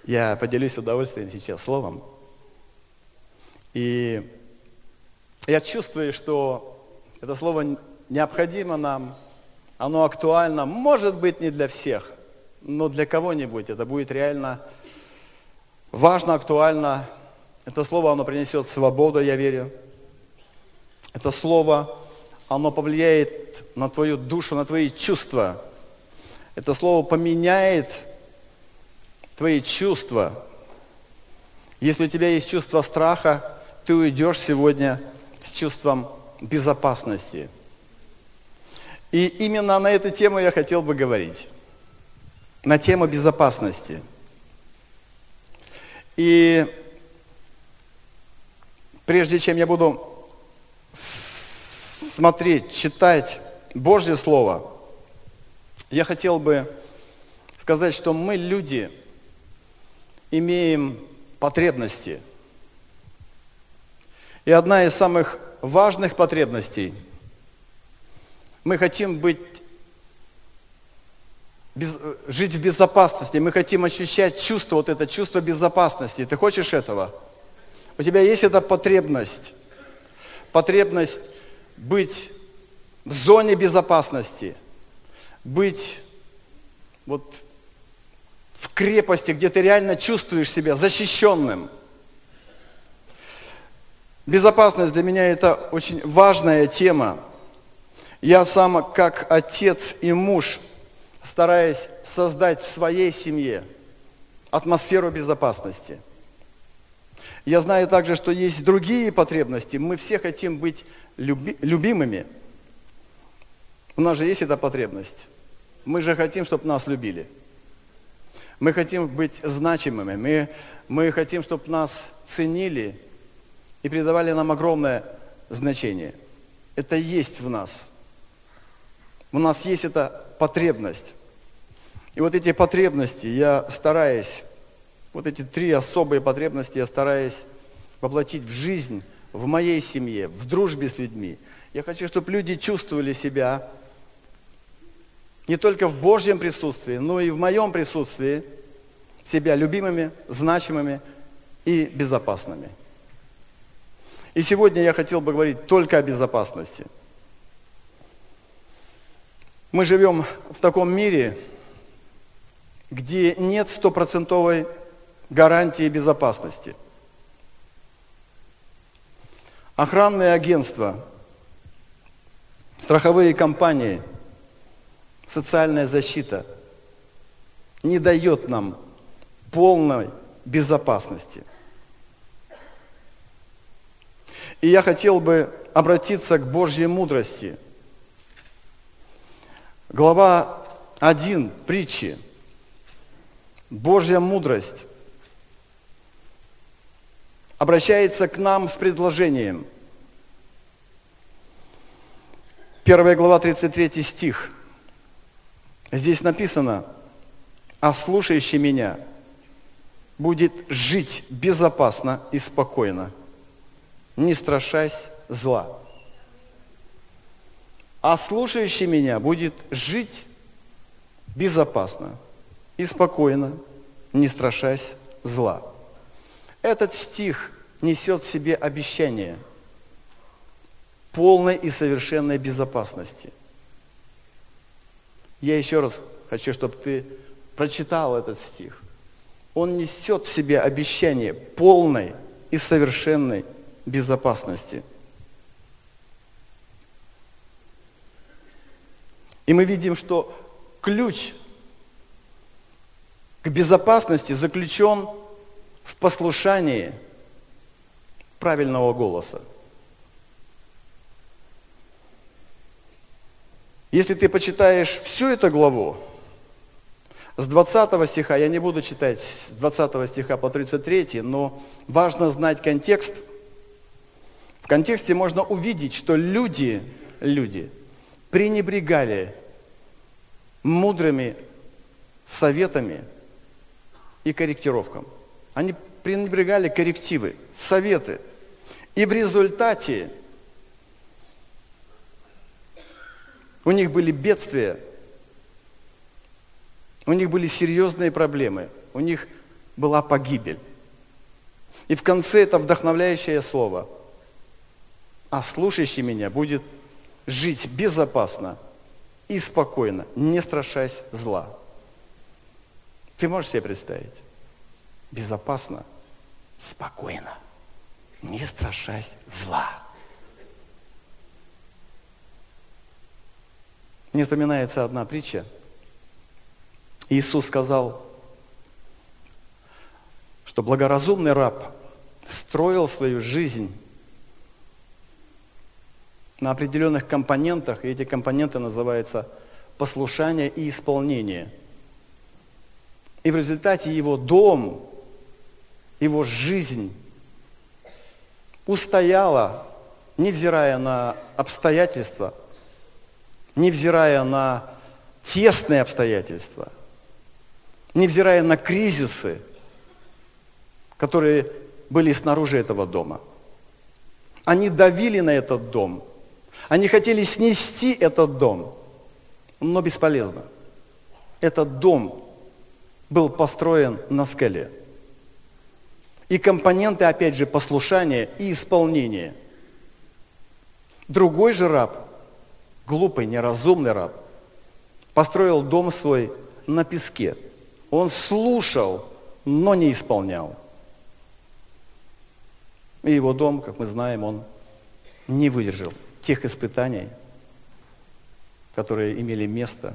Я поделюсь с удовольствием сейчас словом. И я чувствую, что это слово необходимо нам, оно актуально, может быть, не для всех, но для кого-нибудь это будет реально важно, актуально. Это слово, оно принесет свободу, я верю. Это слово, оно повлияет на твою душу, на твои чувства. Это слово поменяет твои чувства. Если у тебя есть чувство страха, ты уйдешь сегодня с чувством безопасности. И именно на эту тему я хотел бы говорить. На тему безопасности. И прежде чем я буду смотреть, читать Божье Слово, я хотел бы сказать, что мы, люди, имеем потребности. И одна из самых важных потребностей – мы хотим жить в безопасности, мы хотим ощущать чувство, вот это чувство безопасности. Ты хочешь этого? У тебя есть эта потребность быть в зоне безопасности, быть вот в крепости, где ты реально чувствуешь себя защищенным. Безопасность для меня это очень важная тема. Я сам, как отец и муж, стараюсь создать в своей семье атмосферу безопасности. Я знаю также, что есть другие потребности. Мы все хотим быть любимыми. У нас же есть эта потребность. Мы же хотим, чтобы нас любили. Мы хотим быть значимыми. Мы хотим, чтобы нас ценили и придавали нам огромное значение. Это есть в нас. У нас есть эта потребность. И вот эти потребности я стараюсь, вот эти 3 особые потребности я стараюсь воплотить в жизнь, в моей семье, в дружбе с людьми. Я хочу, чтобы люди чувствовали себя не только в Божьем присутствии, но и в моем присутствии себя любимыми, значимыми и безопасными. И сегодня я хотел бы говорить только о безопасности. Мы живем в таком мире, где нет 100% гарантии безопасности. Охранные агентства, страховые компании, социальная защита не дает нам полной безопасности. И я хотел бы обратиться к Божьей мудрости. Глава 1 притчи. Божья мудрость обращается к нам с предложением. 1 глава, 33 стих. Здесь написано: «А слушающий меня будет жить безопасно и спокойно, не страшась зла». А слушающий меня будет жить безопасно и спокойно, не страшась зла. Этот стих несет в себе обещание полной и совершенной безопасности. Я еще раз хочу, чтобы ты прочитал этот стих. Он несет в себе обещание полной и совершенной безопасности. И мы видим, что ключ к безопасности заключен в послушании правильного голоса. Если ты почитаешь всю эту главу, с 20 стиха, я не буду читать с 20 стиха по 33, но важно знать контекст. В контексте можно увидеть, что люди пренебрегали мудрыми советами и корректировкам. Они пренебрегали коррективы, советы. И в результате у них были бедствия, у них были серьезные проблемы, у них была погибель. И в конце это вдохновляющее слово. А слушающий меня будет жить безопасно и спокойно, не страшась зла. Ты можешь себе представить? Безопасно, спокойно, не страшась зла. Мне вспоминается одна притча. Иисус сказал, что благоразумный раб строил свою жизнь на определенных компонентах, и эти компоненты называются послушание и исполнение. И в результате его дом, его жизнь устояла, невзирая на обстоятельства, невзирая на тесные обстоятельства, невзирая на кризисы, которые были снаружи этого дома. Они давили на этот дом. Они хотели снести этот дом, но бесполезно. Этот дом был построен на скале. И компоненты, опять же, послушания и исполнения. Другой же раб, глупый, неразумный раб, построил дом свой на песке. Он слушал, но не исполнял. И его дом, как мы знаем, он не выдержал тех испытаний, которые имели место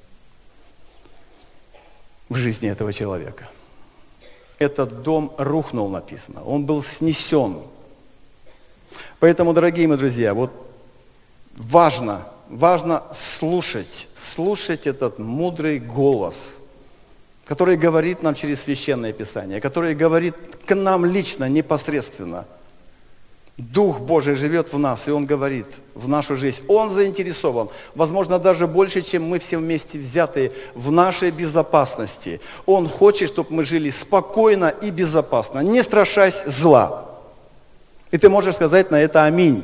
в жизни этого человека. Этот дом рухнул, написано. Он был снесен. Поэтому, дорогие мои друзья, вот важно слушать этот мудрый голос, который говорит нам через Священное Писание, который говорит к нам лично, непосредственно. Дух Божий живет в нас, и Он говорит в нашу жизнь. Он заинтересован, возможно, даже больше, чем мы все вместе взятые, в нашей безопасности. Он хочет, чтобы мы жили спокойно и безопасно, не страшась зла. И ты можешь сказать на это аминь.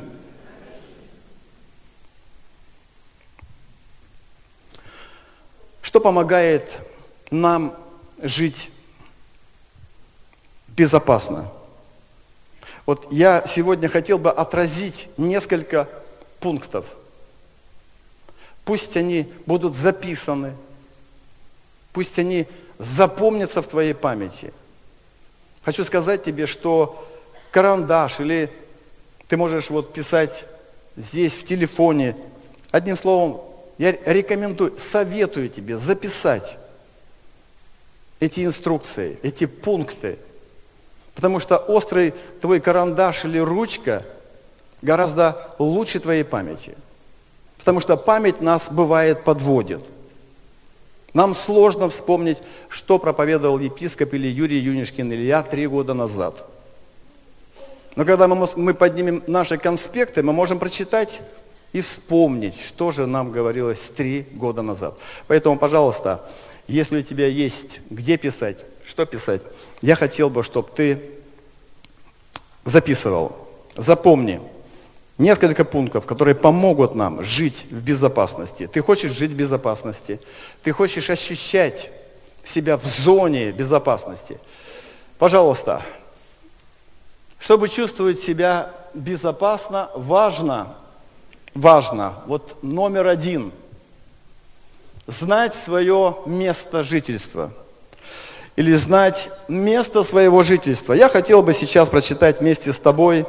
Что помогает нам жить безопасно? Вот я сегодня хотел бы отразить несколько пунктов. Пусть они будут записаны, пусть они запомнятся в твоей памяти. Хочу сказать тебе, что карандаш или ты можешь вот писать здесь в телефоне. Одним словом, я рекомендую, советую тебе записать эти инструкции, эти пункты. Потому что острый твой карандаш или ручка гораздо лучше твоей памяти. Потому что память нас, бывает, подводит. Нам сложно вспомнить, что проповедовал епископ или Юрий Юнишкин Илья 3 года назад. Но когда мы поднимем наши конспекты, мы можем прочитать и вспомнить, что же нам говорилось 3 года назад. Поэтому, пожалуйста, если у тебя есть где писать, что писать, я хотел бы, чтобы ты записывал. Запомни несколько пунктов, которые помогут нам жить в безопасности. Ты хочешь жить в безопасности, ты хочешь ощущать себя в зоне безопасности. Пожалуйста, чтобы чувствовать себя безопасно, важно, вот номер 1, знать свое место жительства. Или знать место своего жительства. Я хотел бы сейчас прочитать вместе с тобой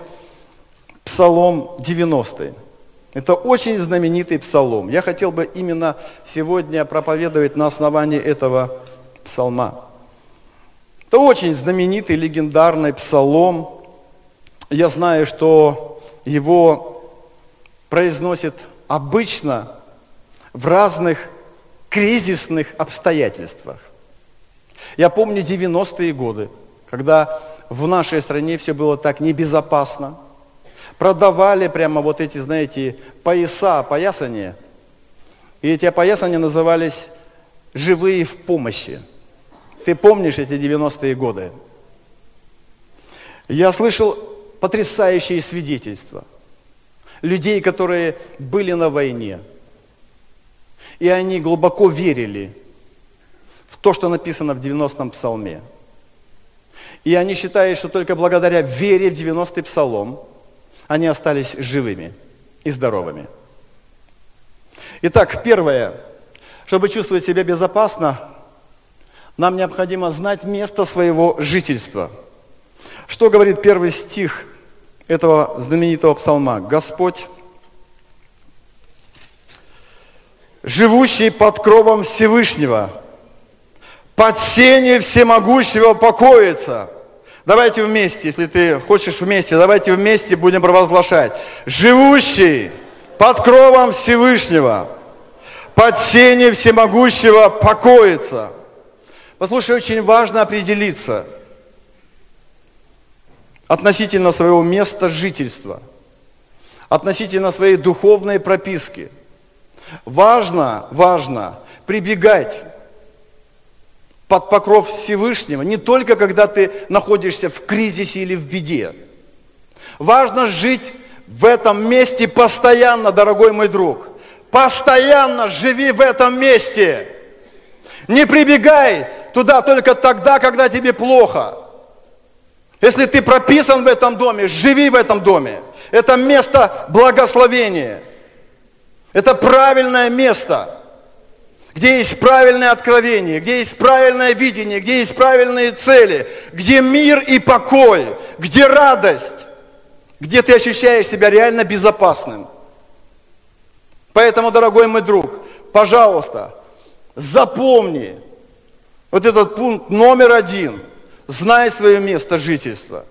Псалом 90. Это очень знаменитый псалом. Я хотел бы именно сегодня проповедовать на основании этого псалма. Это очень знаменитый, легендарный псалом. Я знаю, что его произносят обычно в разных кризисных обстоятельствах. Я помню 90-е годы, когда в нашей стране все было так небезопасно. Продавали прямо вот эти, знаете, пояса, опоясания. И эти опоясания назывались «живые в помощи». Ты помнишь эти 90-е годы? Я слышал потрясающие свидетельства людей, которые были на войне. И они глубоко верили в то, что написано в 90-м псалме. И они считают, что только благодаря вере в 90-й псалом они остались живыми и здоровыми. Итак, первое, чтобы чувствовать себя безопасно, нам необходимо знать место своего жительства. Что говорит первый стих этого знаменитого псалма? Господь, живущий под кровом Всевышнего, под сенью всемогущего покоится. Давайте вместе, если ты хочешь вместе, давайте вместе будем провозглашать. Живущий под кровом Всевышнего, под сенью всемогущего покоится. Послушай, очень важно определиться относительно своего места жительства, относительно своей духовной прописки. Важно прибегать под покров Всевышнего не только когда ты находишься в кризисе или в беде. Важно жить в этом месте постоянно, дорогой мой друг. Постоянно живи в этом месте. Не прибегай туда только тогда, когда тебе плохо. Если ты прописан в этом доме, живи в этом доме. Это место благословения. Это правильное место, где есть правильное откровение, где есть правильное видение, где есть правильные цели, где мир и покой, где радость, где ты ощущаешь себя реально безопасным. Поэтому, дорогой мой друг, пожалуйста, запомни вот этот пункт номер 1. Знай свое место жительства.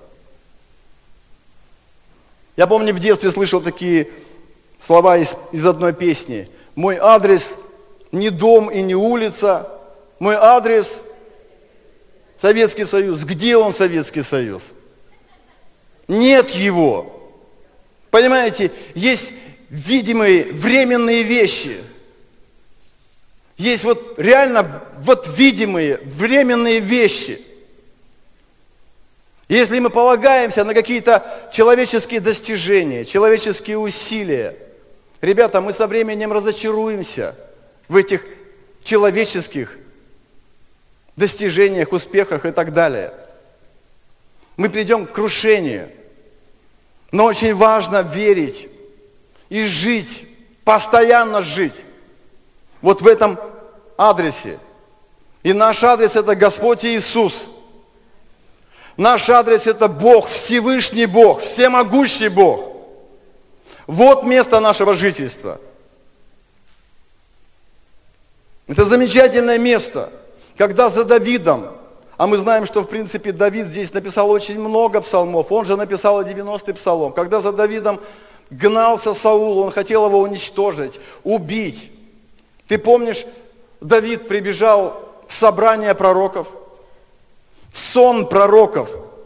Я помню, в детстве слышал такие слова из одной песни. Мой адрес не дом и не улица. Мой адрес Советский Союз. Где он, Советский Союз? Нет его. Понимаете, есть видимые временные вещи. Есть вот реально вот видимые временные вещи. Если мы полагаемся на какие-то человеческие достижения, человеческие усилия, ребята, мы со временем разочаруемся в этих человеческих достижениях, успехах и так далее. Мы придем к крушению. Но очень важно верить и жить, постоянно жить вот в этом адресе. И наш адрес – это Господь Иисус. Наш адрес – это Бог, Всевышний Бог, Всемогущий Бог. Вот место нашего жительства. Это замечательное место, когда за Давидом, а мы знаем, что в принципе Давид здесь написал очень много псалмов, он же написал и 90-й псалом. Когда за Давидом гнался Саул, он хотел его уничтожить, убить. Ты помнишь, Давид прибежал в собрание пророков, в сон пророков.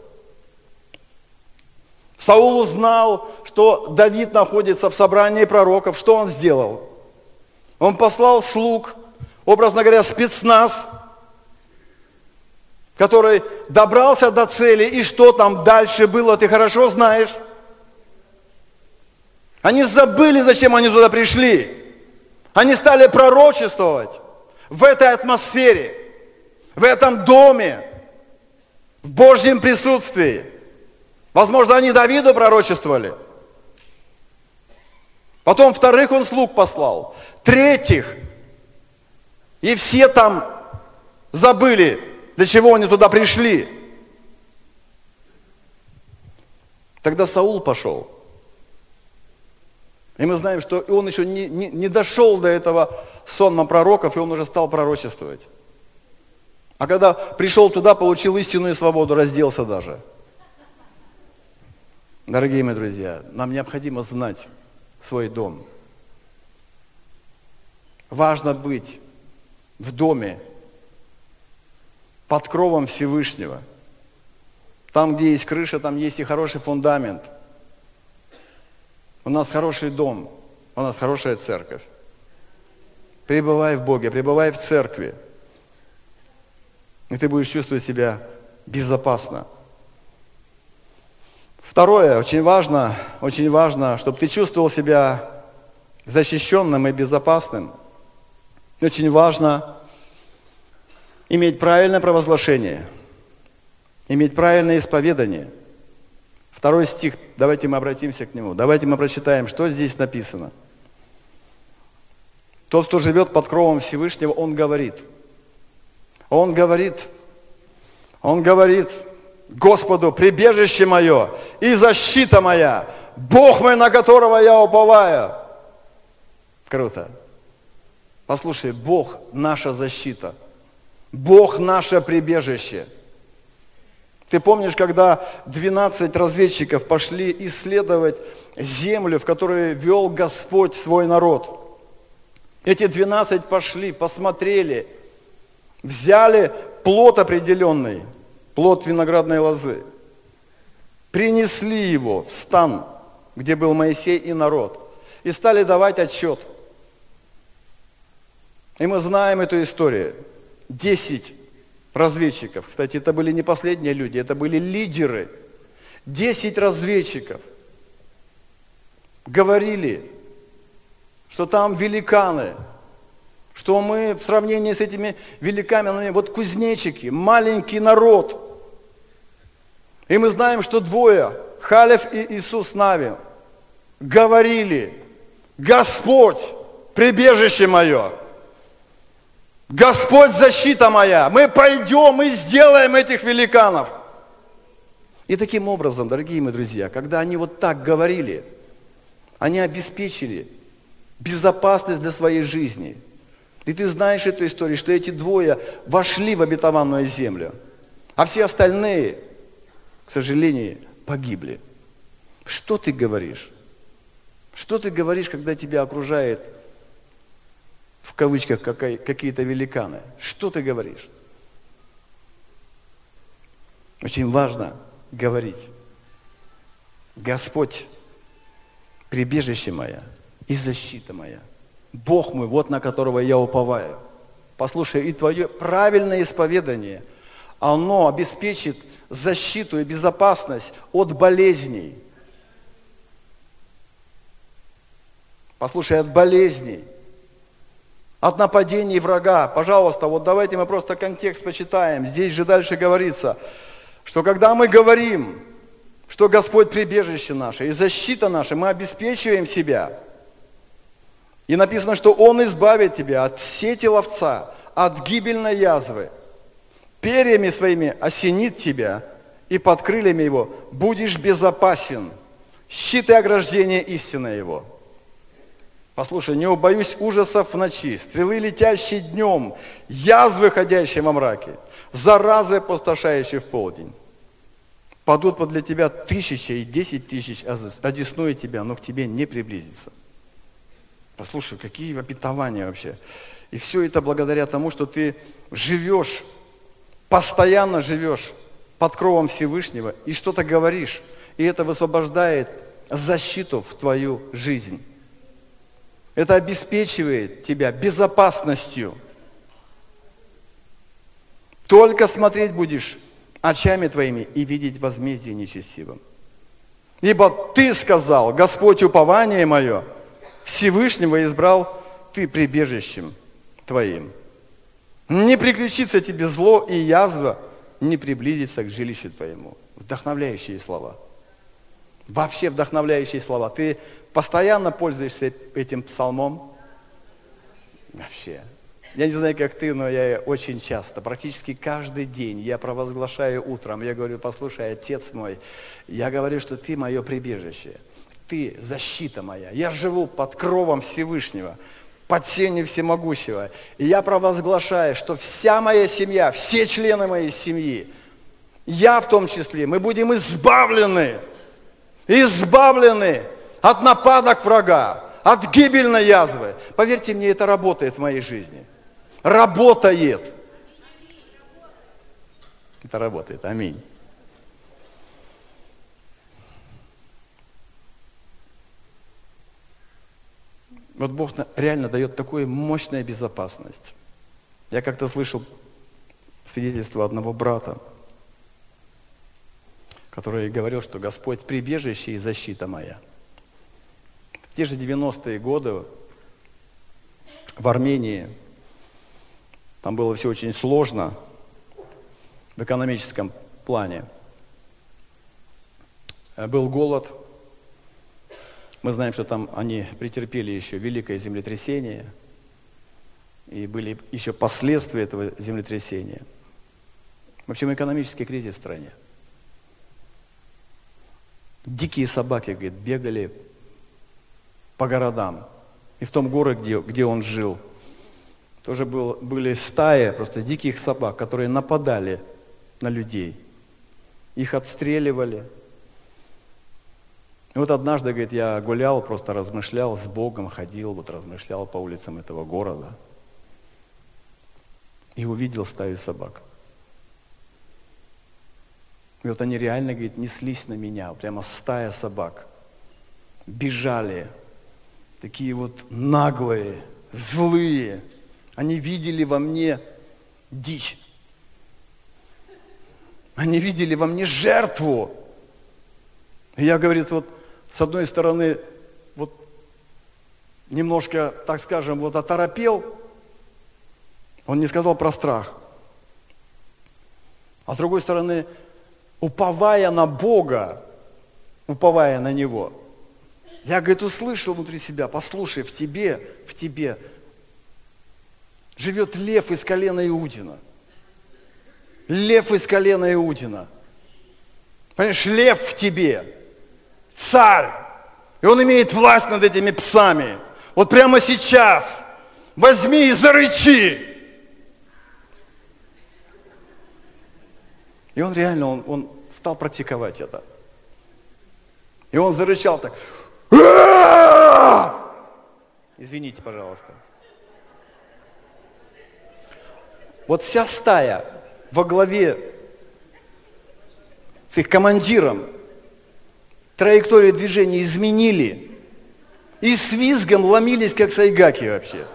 Саул узнал, что Давид находится в собрании пророков. Что он сделал? Он послал слуг, образно говоря, спецназ, который добрался до цели, и что там дальше было, ты хорошо знаешь. Они забыли, зачем они туда пришли. Они стали пророчествовать в этой атмосфере, в этом доме, в Божьем присутствии. Возможно, они Давиду пророчествовали. Потом вторых он слуг послал. Третьих. И все там забыли, для чего они туда пришли. Тогда Саул пошел. И мы знаем, что он еще не дошел до этого сонма пророков, и он уже стал пророчествовать. А когда пришел туда, получил истинную свободу, разделся даже. Дорогие мои друзья, нам необходимо знать свой дом. Важно быть в доме под кровом Всевышнего. Там, где есть крыша, там есть и хороший фундамент. У нас хороший дом, у нас хорошая церковь. Пребывай в Боге, пребывай в церкви. И ты будешь чувствовать себя безопасно. Второе, очень важно, чтобы ты чувствовал себя защищенным и безопасным. Очень важно иметь правильное провозглашение. иметь правильное исповедание. 2 стих, давайте мы обратимся к нему. Давайте мы прочитаем, что здесь написано. Тот, кто живет под кровом Всевышнего, он говорит, Господу, прибежище мое и защита моя, Бог мой, на которого я уповаю. Круто. Послушай, Бог наша защита, Бог наше прибежище. Ты помнишь, когда 12 разведчиков пошли исследовать землю, в которой вел Господь свой народ? Эти 12 пошли, посмотрели, взяли плод определенный, плод виноградной лозы, принесли его в стан, где был Моисей и народ, и стали давать отчет. И мы знаем эту историю. 10 разведчиков, кстати, это были не последние люди, это были лидеры. 10 разведчиков говорили, что там великаны, что мы в сравнении с этими великанами, вот кузнечики, маленький народ. И мы знаем, что двое, Халев и Иисус Навин, говорили: Господь, прибежище мое, Господь, защита моя, мы пойдем и сделаем этих великанов. И таким образом, дорогие мои друзья, когда они вот так говорили, они обеспечили безопасность для своей жизни. И ты знаешь эту историю, что эти двое вошли в обетованную землю, а все остальные, к сожалению, погибли. Что ты говоришь? Что ты говоришь, когда тебя окружает, в кавычках, какие-то великаны? Что ты говоришь? Очень важно говорить: Господь, прибежище мое и защита моя, Бог мой, вот на которого я уповаю. Послушай, и твое правильное исповедание, оно обеспечит защиту и безопасность от болезней. Послушай, от болезней, от нападений врага. Пожалуйста, вот давайте мы просто контекст почитаем. Здесь же дальше говорится, что когда мы говорим, что Господь прибежище наше и защита наша, мы обеспечиваем себя. И написано, что Он избавит тебя от сети ловца, от гибельной язвы. Перьями своими осенит тебя, и под крыльями Его будешь безопасен. Щит и ограждение истина Его. Послушай, не убоюсь ужасов в ночи, стрелы, летящие днем, язвы, ходящие во мраке, заразы, опустошающие в полдень. Падут подле тебя 1000 и 10 000, одесную тебя, но к тебе не приблизится. Послушай, какие обетования вообще. И все это благодаря тому, что ты живешь, постоянно живешь под кровом Всевышнего и что-то говоришь. И это высвобождает защиту в твою жизнь. Это обеспечивает тебя безопасностью. Только смотреть будешь очами твоими и видеть возмездие нечестивым. Ибо ты сказал: Господь, упование мое, Всевышнего избрал ты прибежищем твоим. Не приключится тебе зло, и язва не приблизится к жилищу твоему. Вдохновляющие слова. Вообще вдохновляющие слова. Ты постоянно пользуешься этим псалмом? Вообще. Я не знаю, как ты, но я очень часто, практически каждый день я провозглашаю утром. Я говорю: послушай, Отец мой, я говорю, что ты мое прибежище. Ты защита моя. Я живу под кровом Всевышнего, под сенью Всемогущего. И я провозглашаю, что вся моя семья, все члены моей семьи, я в том числе, мы будем избавлены от нападок врага, от гибельной язвы. Поверьте мне, это работает в моей жизни. Работает. Это работает. Аминь. Вот Бог реально дает такую мощную безопасность. Я как-то слышал свидетельство одного брата, который говорил, что Господь прибежище и защита моя. В те же 90-е годы в Армении, там было все очень сложно в экономическом плане. Был голод. Мы знаем, что там они претерпели еще великое землетрясение. И были еще последствия этого землетрясения. В общем, экономический кризис в стране. Дикие собаки, говорит, бегали по городам. И в том городе, где он жил, тоже были стаи просто диких собак, которые нападали на людей. Их отстреливали. И вот однажды, говорит, я гулял, просто размышлял с Богом, ходил, вот размышлял по улицам этого города. И увидел стаю собак. И вот они реально, говорит, неслись на меня, прямо стая собак. Бежали, такие вот наглые, злые. Они видели во мне дичь. Они видели во мне жертву. И я, говорит, вот с одной стороны, вот немножко, так скажем, вот оторопел. Он не сказал про страх. А с другой стороны, уповая на Бога, уповая на Него, я, говорит, услышал внутри себя, послушай, в тебе живет лев из колена Иудина. Лев из колена Иудина. Понимаешь, лев в тебе, царь. И он имеет власть над этими псами. Вот прямо сейчас возьми и зарычи. И он реально, он стал практиковать это. И он зарычал так. Извините, пожалуйста. Вот вся стая во главе с их командиром траекторию движения изменили и с визгом ломились, как сайгаки вообще.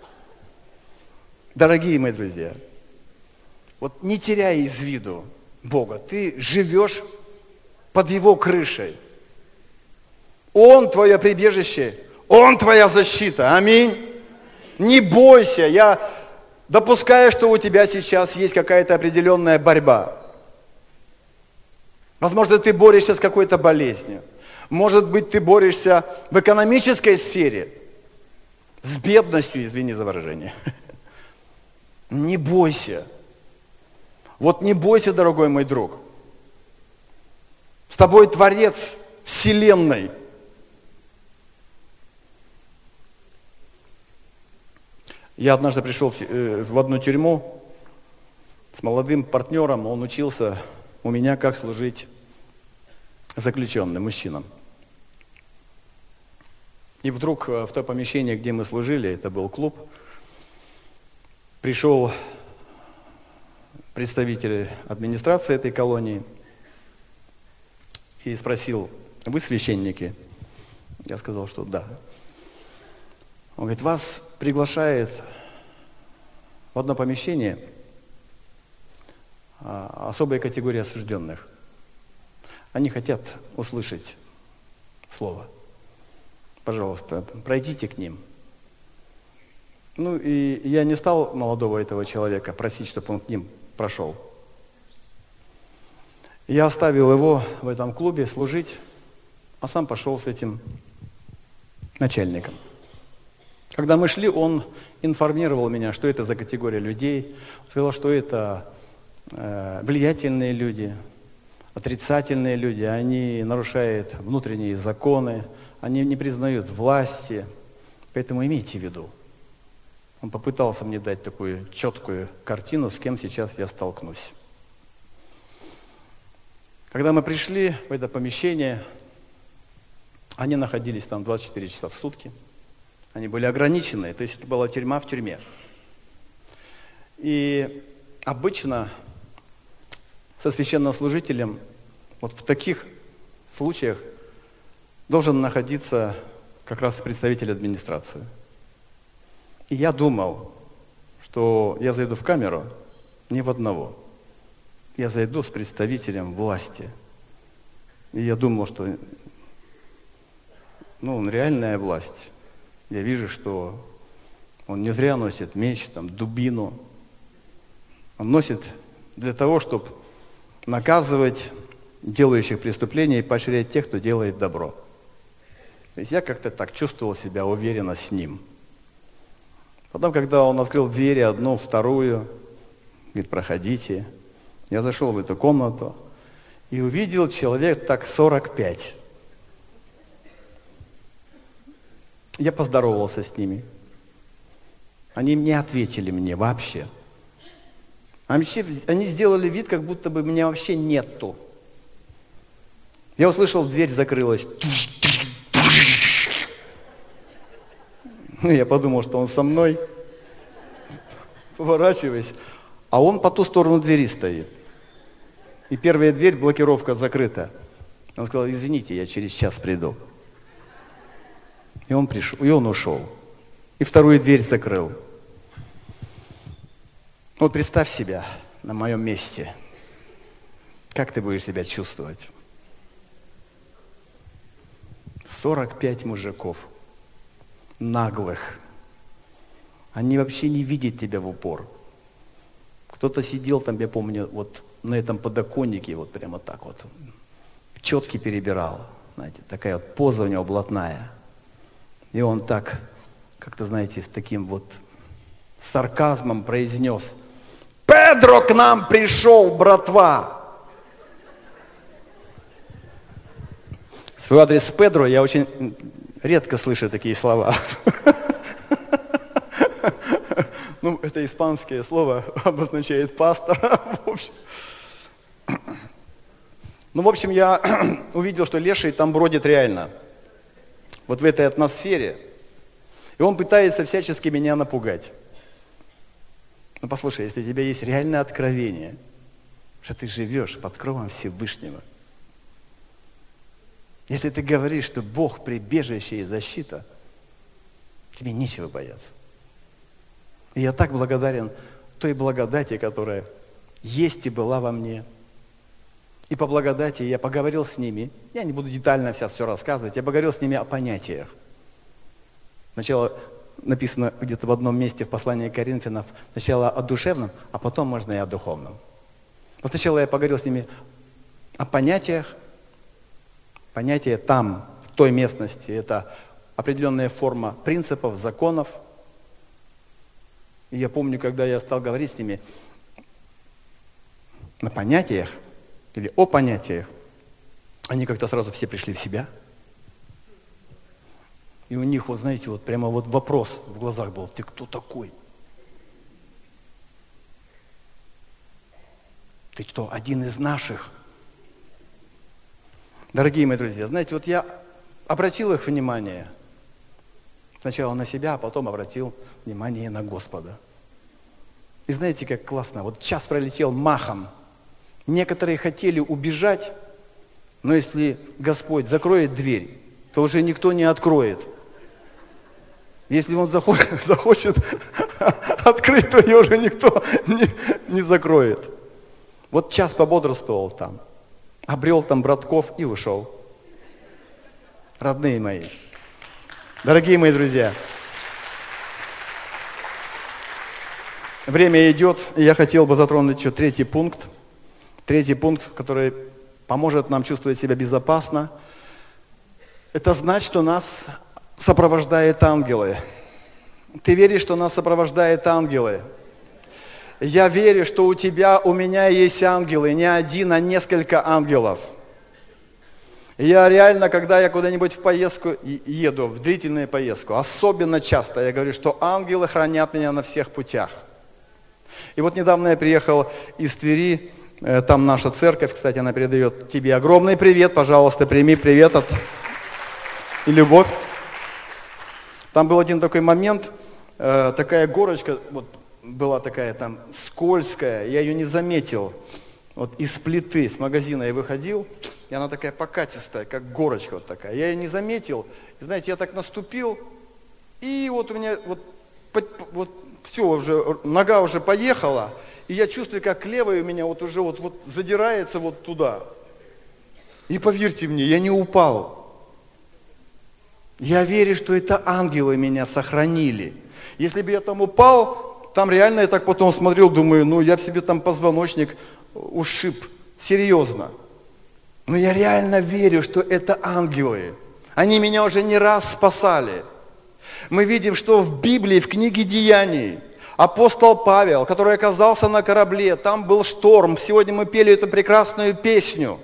Дорогие мои друзья, вот не теряй из виду Бога, ты живешь под Его крышей. Он твое прибежище, Он твоя защита. Аминь. Не бойся, я допускаю, что у тебя сейчас есть какая-то определенная борьба. Возможно, ты борешься с какой-то болезнью. Может быть, ты борешься в экономической сфере с бедностью, извини за выражение. Не бойся. Вот не бойся, дорогой мой друг. С тобой Творец Вселенной. Я однажды пришел в одну тюрьму с молодым партнером, он учился у меня, как служить заключенным, мужчинам. И вдруг в то помещение, где мы служили, это был клуб, пришел представитель администрации этой колонии и спросил: вы священники? Я сказал, что да. Он говорит: вас приглашает в одно помещение особая категория осужденных. Они хотят услышать слово. Пожалуйста, пройдите к ним. Ну и я не стал молодого этого человека просить, чтобы он к ним прошел. Я оставил его в этом клубе служить, а сам пошел с этим начальником. Когда мы шли, он информировал меня, что это за категория людей. Он сказал, что это влиятельные люди, отрицательные люди. Они нарушают внутренние законы, они не признают власти. Поэтому имейте в виду. Он попытался мне дать такую четкую картину, с кем сейчас я столкнусь. Когда мы пришли в это помещение, они находились там 24 часа в сутки. Они были ограничены, то есть это была тюрьма в тюрьме. И обычно со священнослужителем вот в таких случаях должен находиться как раз представитель администрации. И я думал, что я зайду в камеру не в одного. Я зайду с представителем власти. И я думал, что он реальная власть. Я вижу, что он не зря носит меч, дубину. Он носит для того, чтобы наказывать делающих преступления и поощрять тех, кто делает добро. То есть я как-то так чувствовал себя уверенно с ним. Потом, когда он открыл двери, одну, вторую, говорит, проходите. Я зашел в эту комнату и увидел человек так 45. Я поздоровался с ними. Они не ответили мне вообще. Они сделали вид, как будто бы меня вообще нету. Я услышал, дверь закрылась. Я подумал, что он со мной. Поворачиваюсь. А он по ту сторону двери стоит. И первая дверь, блокировка закрыта. Он сказал, извините, я через час приду. И он пришел, и он ушел. И вторую дверь закрыл. Вот представь себя на моем месте. Как ты будешь себя чувствовать? 45 мужиков, наглых. Они вообще не видят тебя в упор. Кто-то сидел там, я помню, вот на этом подоконнике, вот прямо так вот, четки перебирал. Знаете, такая вот поза у него блатная. И он так, как-то, знаете, с таким вот сарказмом произнес: «Педро к нам пришел, братва!» В свой адрес Педро я очень редко слышу такие слова. Ну, это испанское слово, обозначает пастора. Ну, в общем, я увидел, что леший там бродит реально. Вот в этой атмосфере. И он пытается всячески меня напугать. Ну, послушай, если у тебя есть реальное откровение, что ты живешь под кровом Всевышнего, если ты говоришь, что Бог прибежище и защита, тебе нечего бояться. И я так благодарен той благодати, которая есть и была во мне. И по благодати я поговорил с ними. Я не буду детально сейчас все рассказывать. Я поговорил с ними о понятиях. Сначала написано где-то в одном месте в послании к Коринфянам, сначала о душевном, а потом можно и о духовном. Вот сначала я поговорил с ними о понятиях. Понятие там, в той местности, это определенная форма принципов, законов. И я помню, когда я стал говорить с ними на понятиях или о понятиях, они как-то сразу все пришли в себя. И у них, вот знаете, вот прямо вот вопрос в глазах был: ты кто такой? Ты что, один из наших? Дорогие мои друзья, знаете, вот я обратил их внимание сначала на себя, а потом обратил внимание на Господа. И знаете, как классно, вот час пролетел махом. Некоторые хотели убежать, но если Господь закроет дверь, то уже никто не откроет. Если Он захочет открыть, то ее уже никто не закроет. Вот час пободрствовал там, обрел там братков и ушел. Родные мои, дорогие мои друзья, время идет, и я хотел бы затронуть еще третий пункт. Третий пункт, который поможет нам чувствовать себя безопасно. Это знать, что нас сопровождают ангелы. Ты веришь, что нас сопровождают ангелы? Я верю, что у тебя, у меня есть ангелы, не один, а несколько ангелов. Я реально, когда я куда-нибудь в поездку еду, в длительную поездку, особенно часто я говорю, что ангелы хранят меня на всех путях. И вот недавно я приехал из Твери, там наша церковь, кстати, она передает тебе огромный привет, пожалуйста, прими привет и любовь. Там был один такой момент, такая горочка, вот была такая там скользкая, я ее не заметил. Вот из плиты, с магазина я выходил, и она такая покатистая, как горочка вот такая. Я ее не заметил, и, знаете, я так наступил, и вот у меня вот все уже, нога уже поехала, и я чувствую, как левая у меня вот уже вот задирается вот туда. И поверьте мне, я не упал. Я верю, что это ангелы меня сохранили. Если бы я там упал, там реально я так потом смотрел, думаю, ну я бы себе там позвоночник ушиб серьезно. Но я реально верю, что это ангелы. Они меня уже не раз спасали. Мы видим, что в Библии, в книге Деяний, апостол Павел, который оказался на корабле, там был шторм. Сегодня мы пели эту прекрасную песню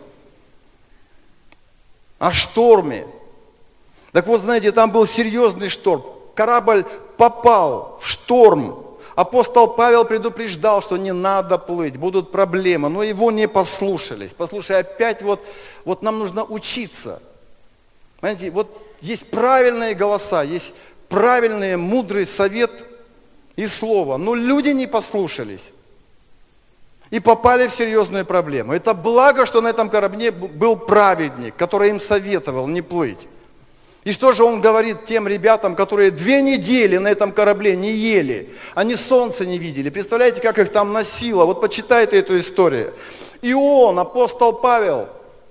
о шторме. Так вот, знаете, там был серьезный шторм. Корабль попал в шторм. Апостол Павел предупреждал, что не надо плыть, будут проблемы. Но его не послушались. Послушай, опять вот нам нужно учиться. Понимаете, вот есть правильные голоса, есть правильный, мудрый совет и слово. Но люди не послушались и попали в серьезную проблему. Это благо, что на этом корабле был праведник, который им советовал не плыть. И что же он говорит тем ребятам, которые 2 недели на этом корабле не ели, они солнца не видели. Представляете, как их там носило? Вот почитайте эту историю. И он, апостол Павел,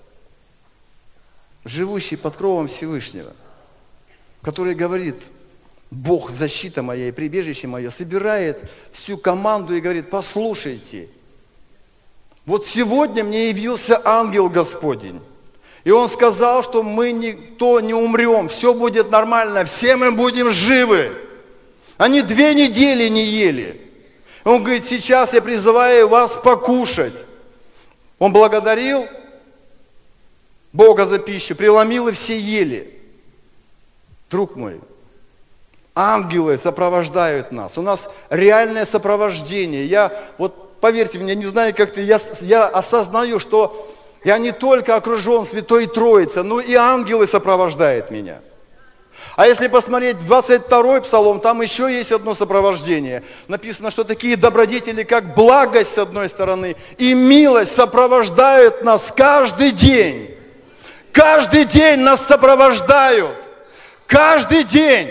живущий под кровом Всевышнего, который говорит: Бог, защита моя и прибежище мое, собирает всю команду и говорит: послушайте, вот сегодня мне явился ангел Господень. И он сказал, что мы никто не умрем, все будет нормально, все мы будем живы. Они 2 недели не ели. Он говорит: сейчас я призываю вас покушать. Он благодарил Бога за пищу, преломил, и все ели. Друг мой, ангелы сопровождают нас. У нас реальное сопровождение. Поверьте мне, не знаю, как ты, я осознаю, что я не только окружен Святой Троицей, но и ангелы сопровождают меня. А если посмотреть 22-й псалом, там еще есть одно сопровождение. Написано, что такие добродетели, как благость с одной стороны и милость сопровождают нас каждый день. Каждый день нас сопровождают. Каждый день.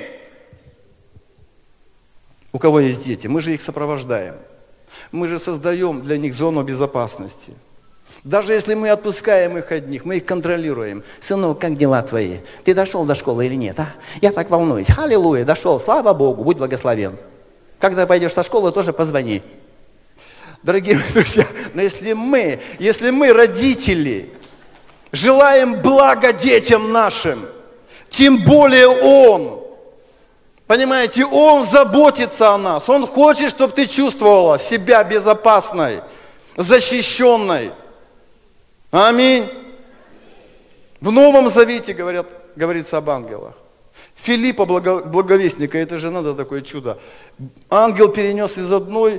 У кого есть дети, мы же их сопровождаем. Мы же создаем для них зону безопасности. Даже если мы отпускаем их одних, мы их контролируем. Сынок, как дела твои? Ты дошел до школы или нет? Я так волнуюсь. Аллилуйя, дошел. Слава Богу, будь благословен. Когда пойдешь со школы, тоже позвони. Дорогие мои друзья, но если мы, родители, желаем блага детям нашим, тем более Он, понимаете, Он заботится о нас. Он хочет, чтобы ты чувствовала себя безопасной, защищенной. Аминь. В Новом Завете говорится об ангелах. Филиппа, благовестника, это же надо такое чудо. Ангел перенес из одной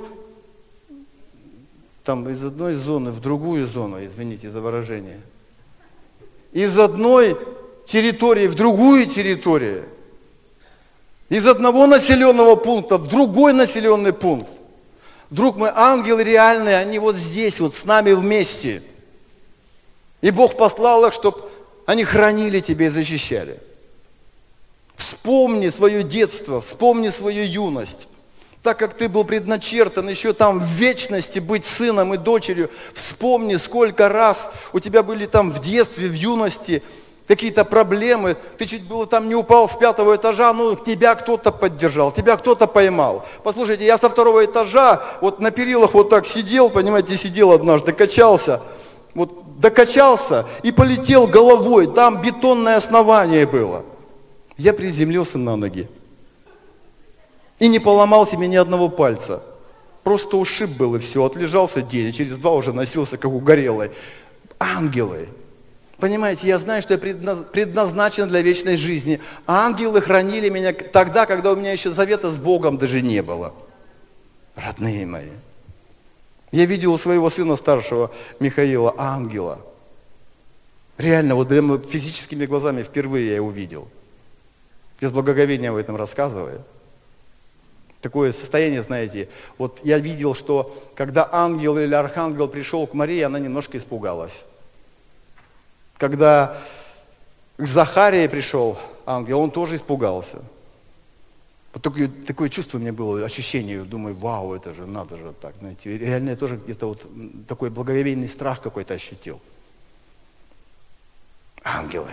зоны в другую зону, извините за выражение. Из одной территории в другую территорию. Из одного населенного пункта в другой населенный пункт. Друг мой, ангелы реальные, они вот здесь, вот с нами вместе. И Бог послал их, чтобы они хранили тебя и защищали. Вспомни свое детство, вспомни свою юность. Так как ты был предначертан еще там в вечности быть сыном и дочерью, вспомни, сколько раз у тебя были там в детстве, в юности какие-то проблемы. Ты чуть было там не упал с 5-го этажа, но тебя кто-то поддержал, тебя кто-то поймал. Послушайте, я со 2-го этажа вот на перилах вот так сидел, понимаете, сидел однажды, качался. Вот докачался и полетел головой, там бетонное основание было. Я приземлился на ноги и не поломал себе ни одного пальца. Просто ушиб был и все, отлежался день, и через 2 уже носился как угорелый. Ангелы. Понимаете, я знаю, что я предназначен для вечной жизни. Ангелы хранили меня тогда, когда у меня еще завета с Богом даже не было. Родные мои. Я видел у своего сына старшего, Михаила, ангела. Реально, вот прямо физическими глазами впервые я его увидел. Я с благоговением об этом рассказываю. Такое состояние, знаете, вот я видел, что когда ангел или архангел пришел к Марии, она немножко испугалась. Когда к Захарии пришел ангел, он тоже испугался. Вот такое чувство у меня было, ощущение, думаю, вау, это же, надо же так, знаете, реально я тоже где-то вот такой благоговейный страх какой-то ощутил. Ангелы.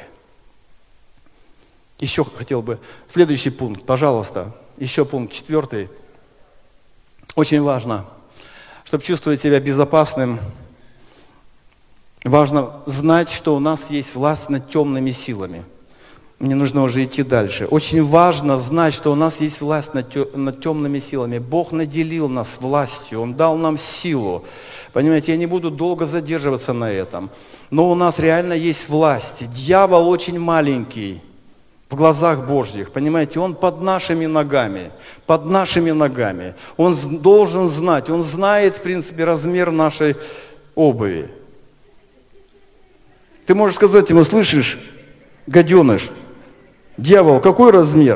Еще хотел бы, следующий пункт, пожалуйста, еще пункт 4. Очень важно, чтобы чувствовать себя безопасным, Важно знать, что у нас есть власть над темными силами. Мне нужно уже идти дальше. Очень важно знать, что у нас есть власть над темными силами. Бог наделил нас властью, Он дал нам силу. Понимаете, я не буду долго задерживаться на этом. Но у нас реально есть власть. Дьявол очень маленький в глазах Божьих. Понимаете, он под нашими ногами. Под нашими ногами. Он должен знать, он знает, в принципе, размер нашей обуви. Ты можешь сказать ему: слышишь, гаденыш, дьявол, какой размер?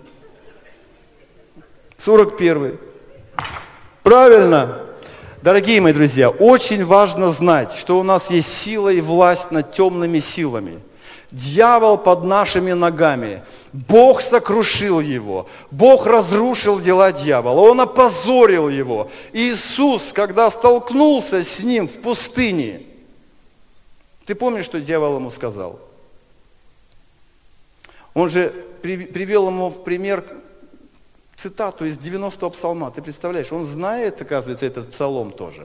41. Правильно. Дорогие мои друзья, очень важно знать, что у нас есть сила и власть над темными силами. Дьявол под нашими ногами. Бог сокрушил его. Бог разрушил дела дьявола. Он опозорил его. Иисус, когда столкнулся с ним в пустыне, ты помнишь, что дьявол ему сказал? Он же привел ему в пример цитату из 90-го псалма. Ты представляешь, он знает, оказывается, этот псалом тоже.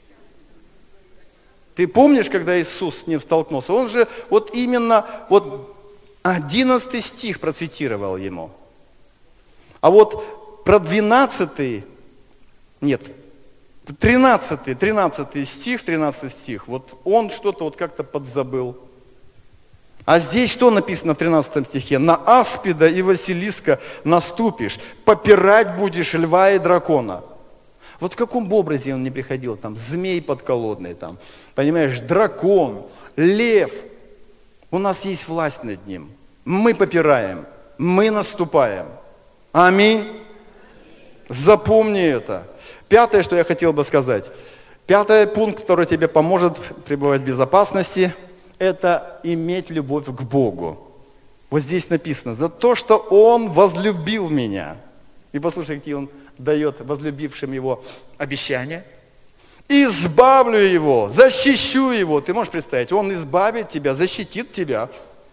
Ты помнишь, когда Иисус с ним столкнулся? Он же вот именно 11 стих процитировал ему. А вот про 13 стих, вот он что-то вот как-то подзабыл. А здесь что написано в 13 стихе? На аспида и Василиска наступишь, попирать будешь льва и дракона. Вот в каком образе он не приходил, там, змей подколодный, там, понимаешь, дракон, лев. У нас есть власть над ним. Мы попираем, мы наступаем. Аминь. Запомни это. Пятое, что я хотел бы сказать. Пятый пункт, который тебе поможет пребывать в безопасности, это иметь любовь к Богу. Вот здесь написано: за то, что Он возлюбил меня. И послушай, какие Он дает возлюбившим Его обещания. Избавлю его, защищу его. Ты можешь представить, Он избавит тебя, защитит тебя.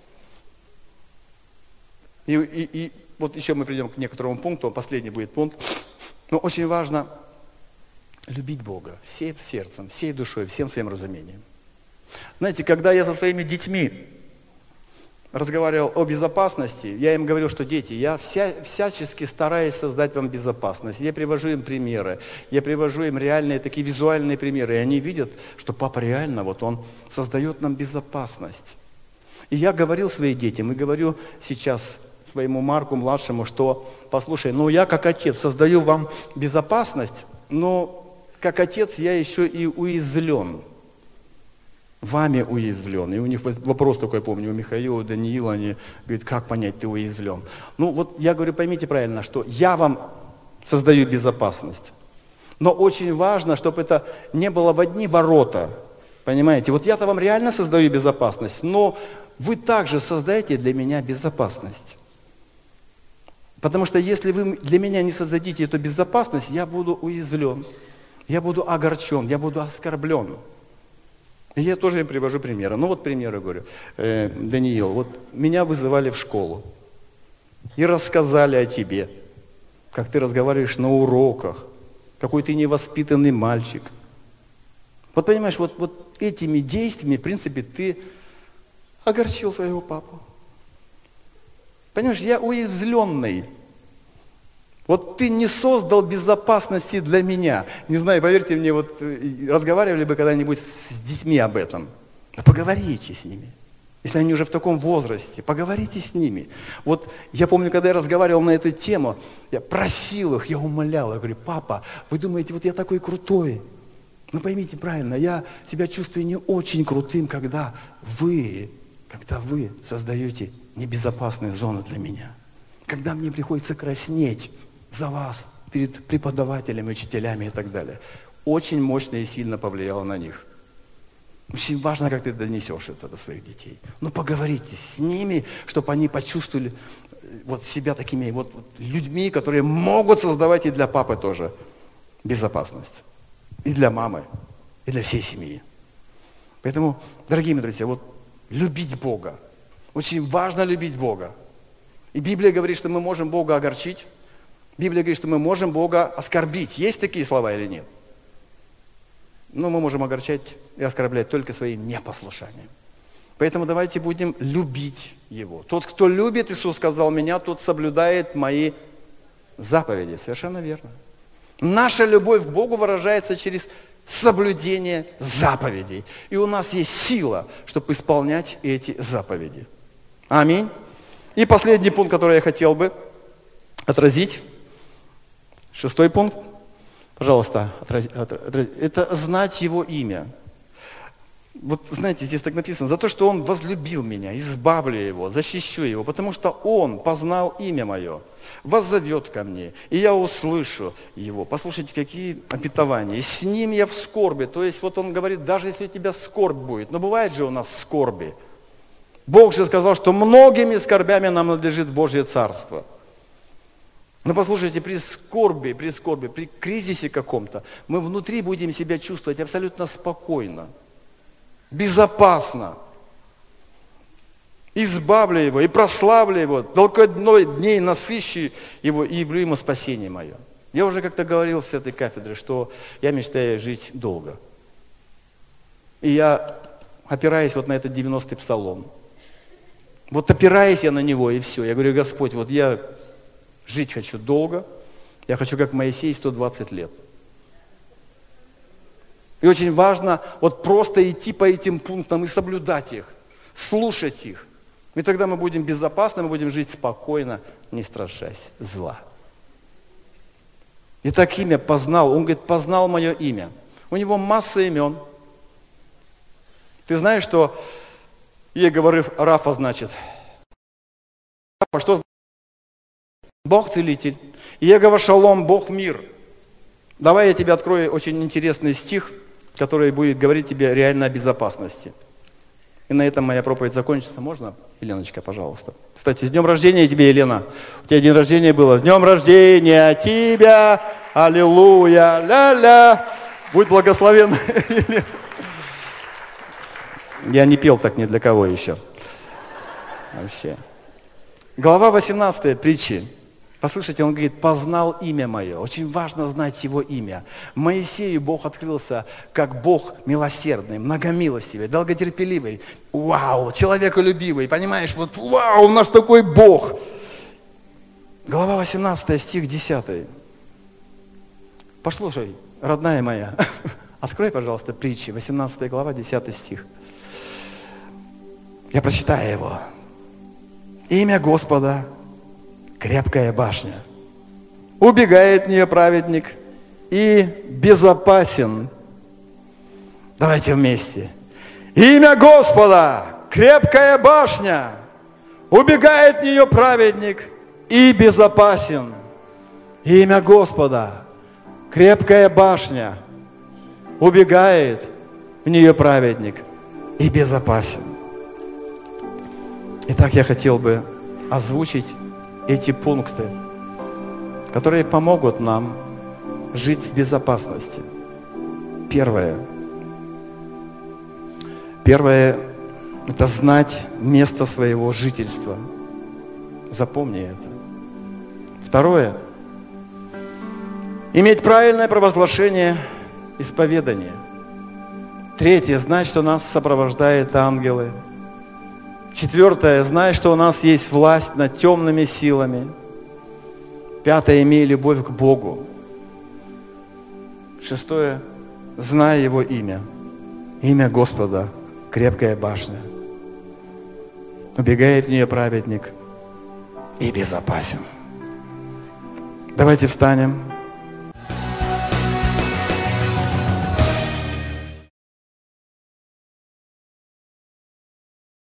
И вот еще мы придем к некоторому пункту, последний будет пункт. Но очень важно любить Бога всем сердцем, всей душой, всем своим разумением. Знаете, когда я со своими детьми разговаривал о безопасности, я им говорил, что дети, я всячески стараюсь создать вам безопасность. Я привожу им примеры, я привожу им реальные такие визуальные примеры, и они видят, что папа реально, вот он создает нам безопасность. И я говорил своим детям, и говорю сейчас своему Марку, младшему, что, послушай, я как отец создаю вам безопасность, но как отец я еще и уязвлен. Вами уязвлен. И у них вопрос такой, помню, у Михаила, у Даниила, они говорят: как понять, ты уязвлен? Я говорю, поймите правильно, что я вам создаю безопасность. Но очень важно, чтобы это не было в одни ворота. Понимаете? Вот я-то вам реально создаю безопасность, но вы также создаете для меня безопасность. Потому что если вы для меня не создадите эту безопасность, я буду уязвлен, я буду огорчен, я буду оскорблен. И я тоже им привожу примеры. Примеры говорю. Даниил, вот меня вызывали в школу и рассказали о тебе, как ты разговариваешь на уроках, какой ты невоспитанный мальчик. Вот понимаешь, вот этими действиями, в принципе, ты огорчил своего папу. Понимаешь, я уязвленный. Вот ты не создал безопасности для меня. Не знаю, поверьте мне, разговаривали бы когда-нибудь с детьми об этом. Да поговорите с ними. Если они уже в таком возрасте, поговорите с ними. Вот я помню, когда я разговаривал на эту тему, я просил их, я умолял, я говорю: папа, вы думаете, вот я такой крутой? Но поймите правильно, я себя чувствую не очень крутым, когда вы создаете небезопасную зону для меня. Когда мне приходится краснеть за вас перед преподавателями, учителями и так далее. Очень мощно и сильно повлияло на них. Очень важно, как ты донесешь это до своих детей. Поговорите с ними, чтобы они почувствовали себя такими людьми, которые могут создавать и для папы тоже безопасность. И для мамы, и для всей семьи. Поэтому, дорогие мои друзья, любить Бога. Очень важно любить Бога. И Библия говорит, что мы можем Бога огорчить. Библия говорит, что мы можем Бога оскорбить. Есть такие слова или нет? Но мы можем огорчать и оскорблять только своим непослушанием. Поэтому давайте будем любить Его. Тот, кто любит, Иисус сказал, меня, тот соблюдает мои заповеди. Совершенно верно. Наша любовь к Богу выражается через соблюдение заповедей. И у нас есть сила, чтобы исполнять эти заповеди. Аминь. И последний пункт, который я хотел бы отразить. 6 пункт. Пожалуйста, это знать Его имя. Вот знаете, здесь так написано, за то, что Он возлюбил меня, избавлю Его, защищу Его, потому что Он познал имя Мое, воззовет ко мне, и я услышу Его. Послушайте, какие обетования. И с Ним я в скорби. То есть вот Он говорит, даже если у тебя скорбь будет, но бывает же у нас скорби. Бог же сказал, что многими скорбями нам надлежит в Божье Царство. Но послушайте, при скорби, при кризисе каком-то, мы внутри будем себя чувствовать абсолютно спокойно, безопасно. Избавлю Его и прославлю Его, долгой дней насыщу Его и явлю Ему спасение мое. Я уже как-то говорил с этой кафедры, что я мечтаю жить долго. И я, опираясь вот на этот 90-й псалом, вот опираясь я на него, и все. Я говорю, Господь, вот я жить хочу долго, я хочу, как Моисей, 120 лет. И очень важно вот просто идти по этим пунктам и соблюдать их, слушать их. И тогда мы будем безопасны, мы будем жить спокойно, не страшась зла. И так имя познал, он говорит, познал мое имя. У него масса имен. Ты знаешь, что Иегова Рафа значит? Рафа, что? Бог целитель. Иегова Шалом, Бог мир. Давай я тебе открою очень интересный стих, который будет говорить тебе реально о безопасности. И на этом моя проповедь закончится. Можно, Еленочка, пожалуйста? Кстати, с днем рождения тебе, Елена. У тебя день рождения было. С днем рождения тебя! Аллилуйя! Ля-ля! Будь благословен. Я не пел так ни для кого еще. Вообще. Глава 18 притчи. Послушайте, он говорит, познал имя мое. Очень важно знать его имя. Моисею Бог открылся как Бог милосердный, многомилостивый, долготерпеливый. Вау, человеколюбивый. Понимаешь, вот вау, у нас такой Бог. Глава 18, стих 10. Послушай, родная моя, открой, пожалуйста, притчи, 18 глава, 10 стих. Я прочитаю его. Имя Господа — крепкая башня. Убегает в нее праведник и безопасен. Давайте вместе. Имя Господа — крепкая башня. Убегает в нее праведник и безопасен. Имя Господа — крепкая башня. Убегает в нее праведник и безопасен. Итак, я хотел бы озвучить эти пункты, которые помогут нам жить в безопасности. Первое – это знать место своего жительства. Запомни это. Второе – иметь правильное провозглашение исповедания. Третье – знать, что нас сопровождают ангелы. Четвертое, знай, что у нас есть власть над темными силами. Пятое, имей любовь к Богу. Шестое, знай Его имя. Имя Господа — крепкая башня. Убегает в нее праведник и безопасен. Давайте встанем.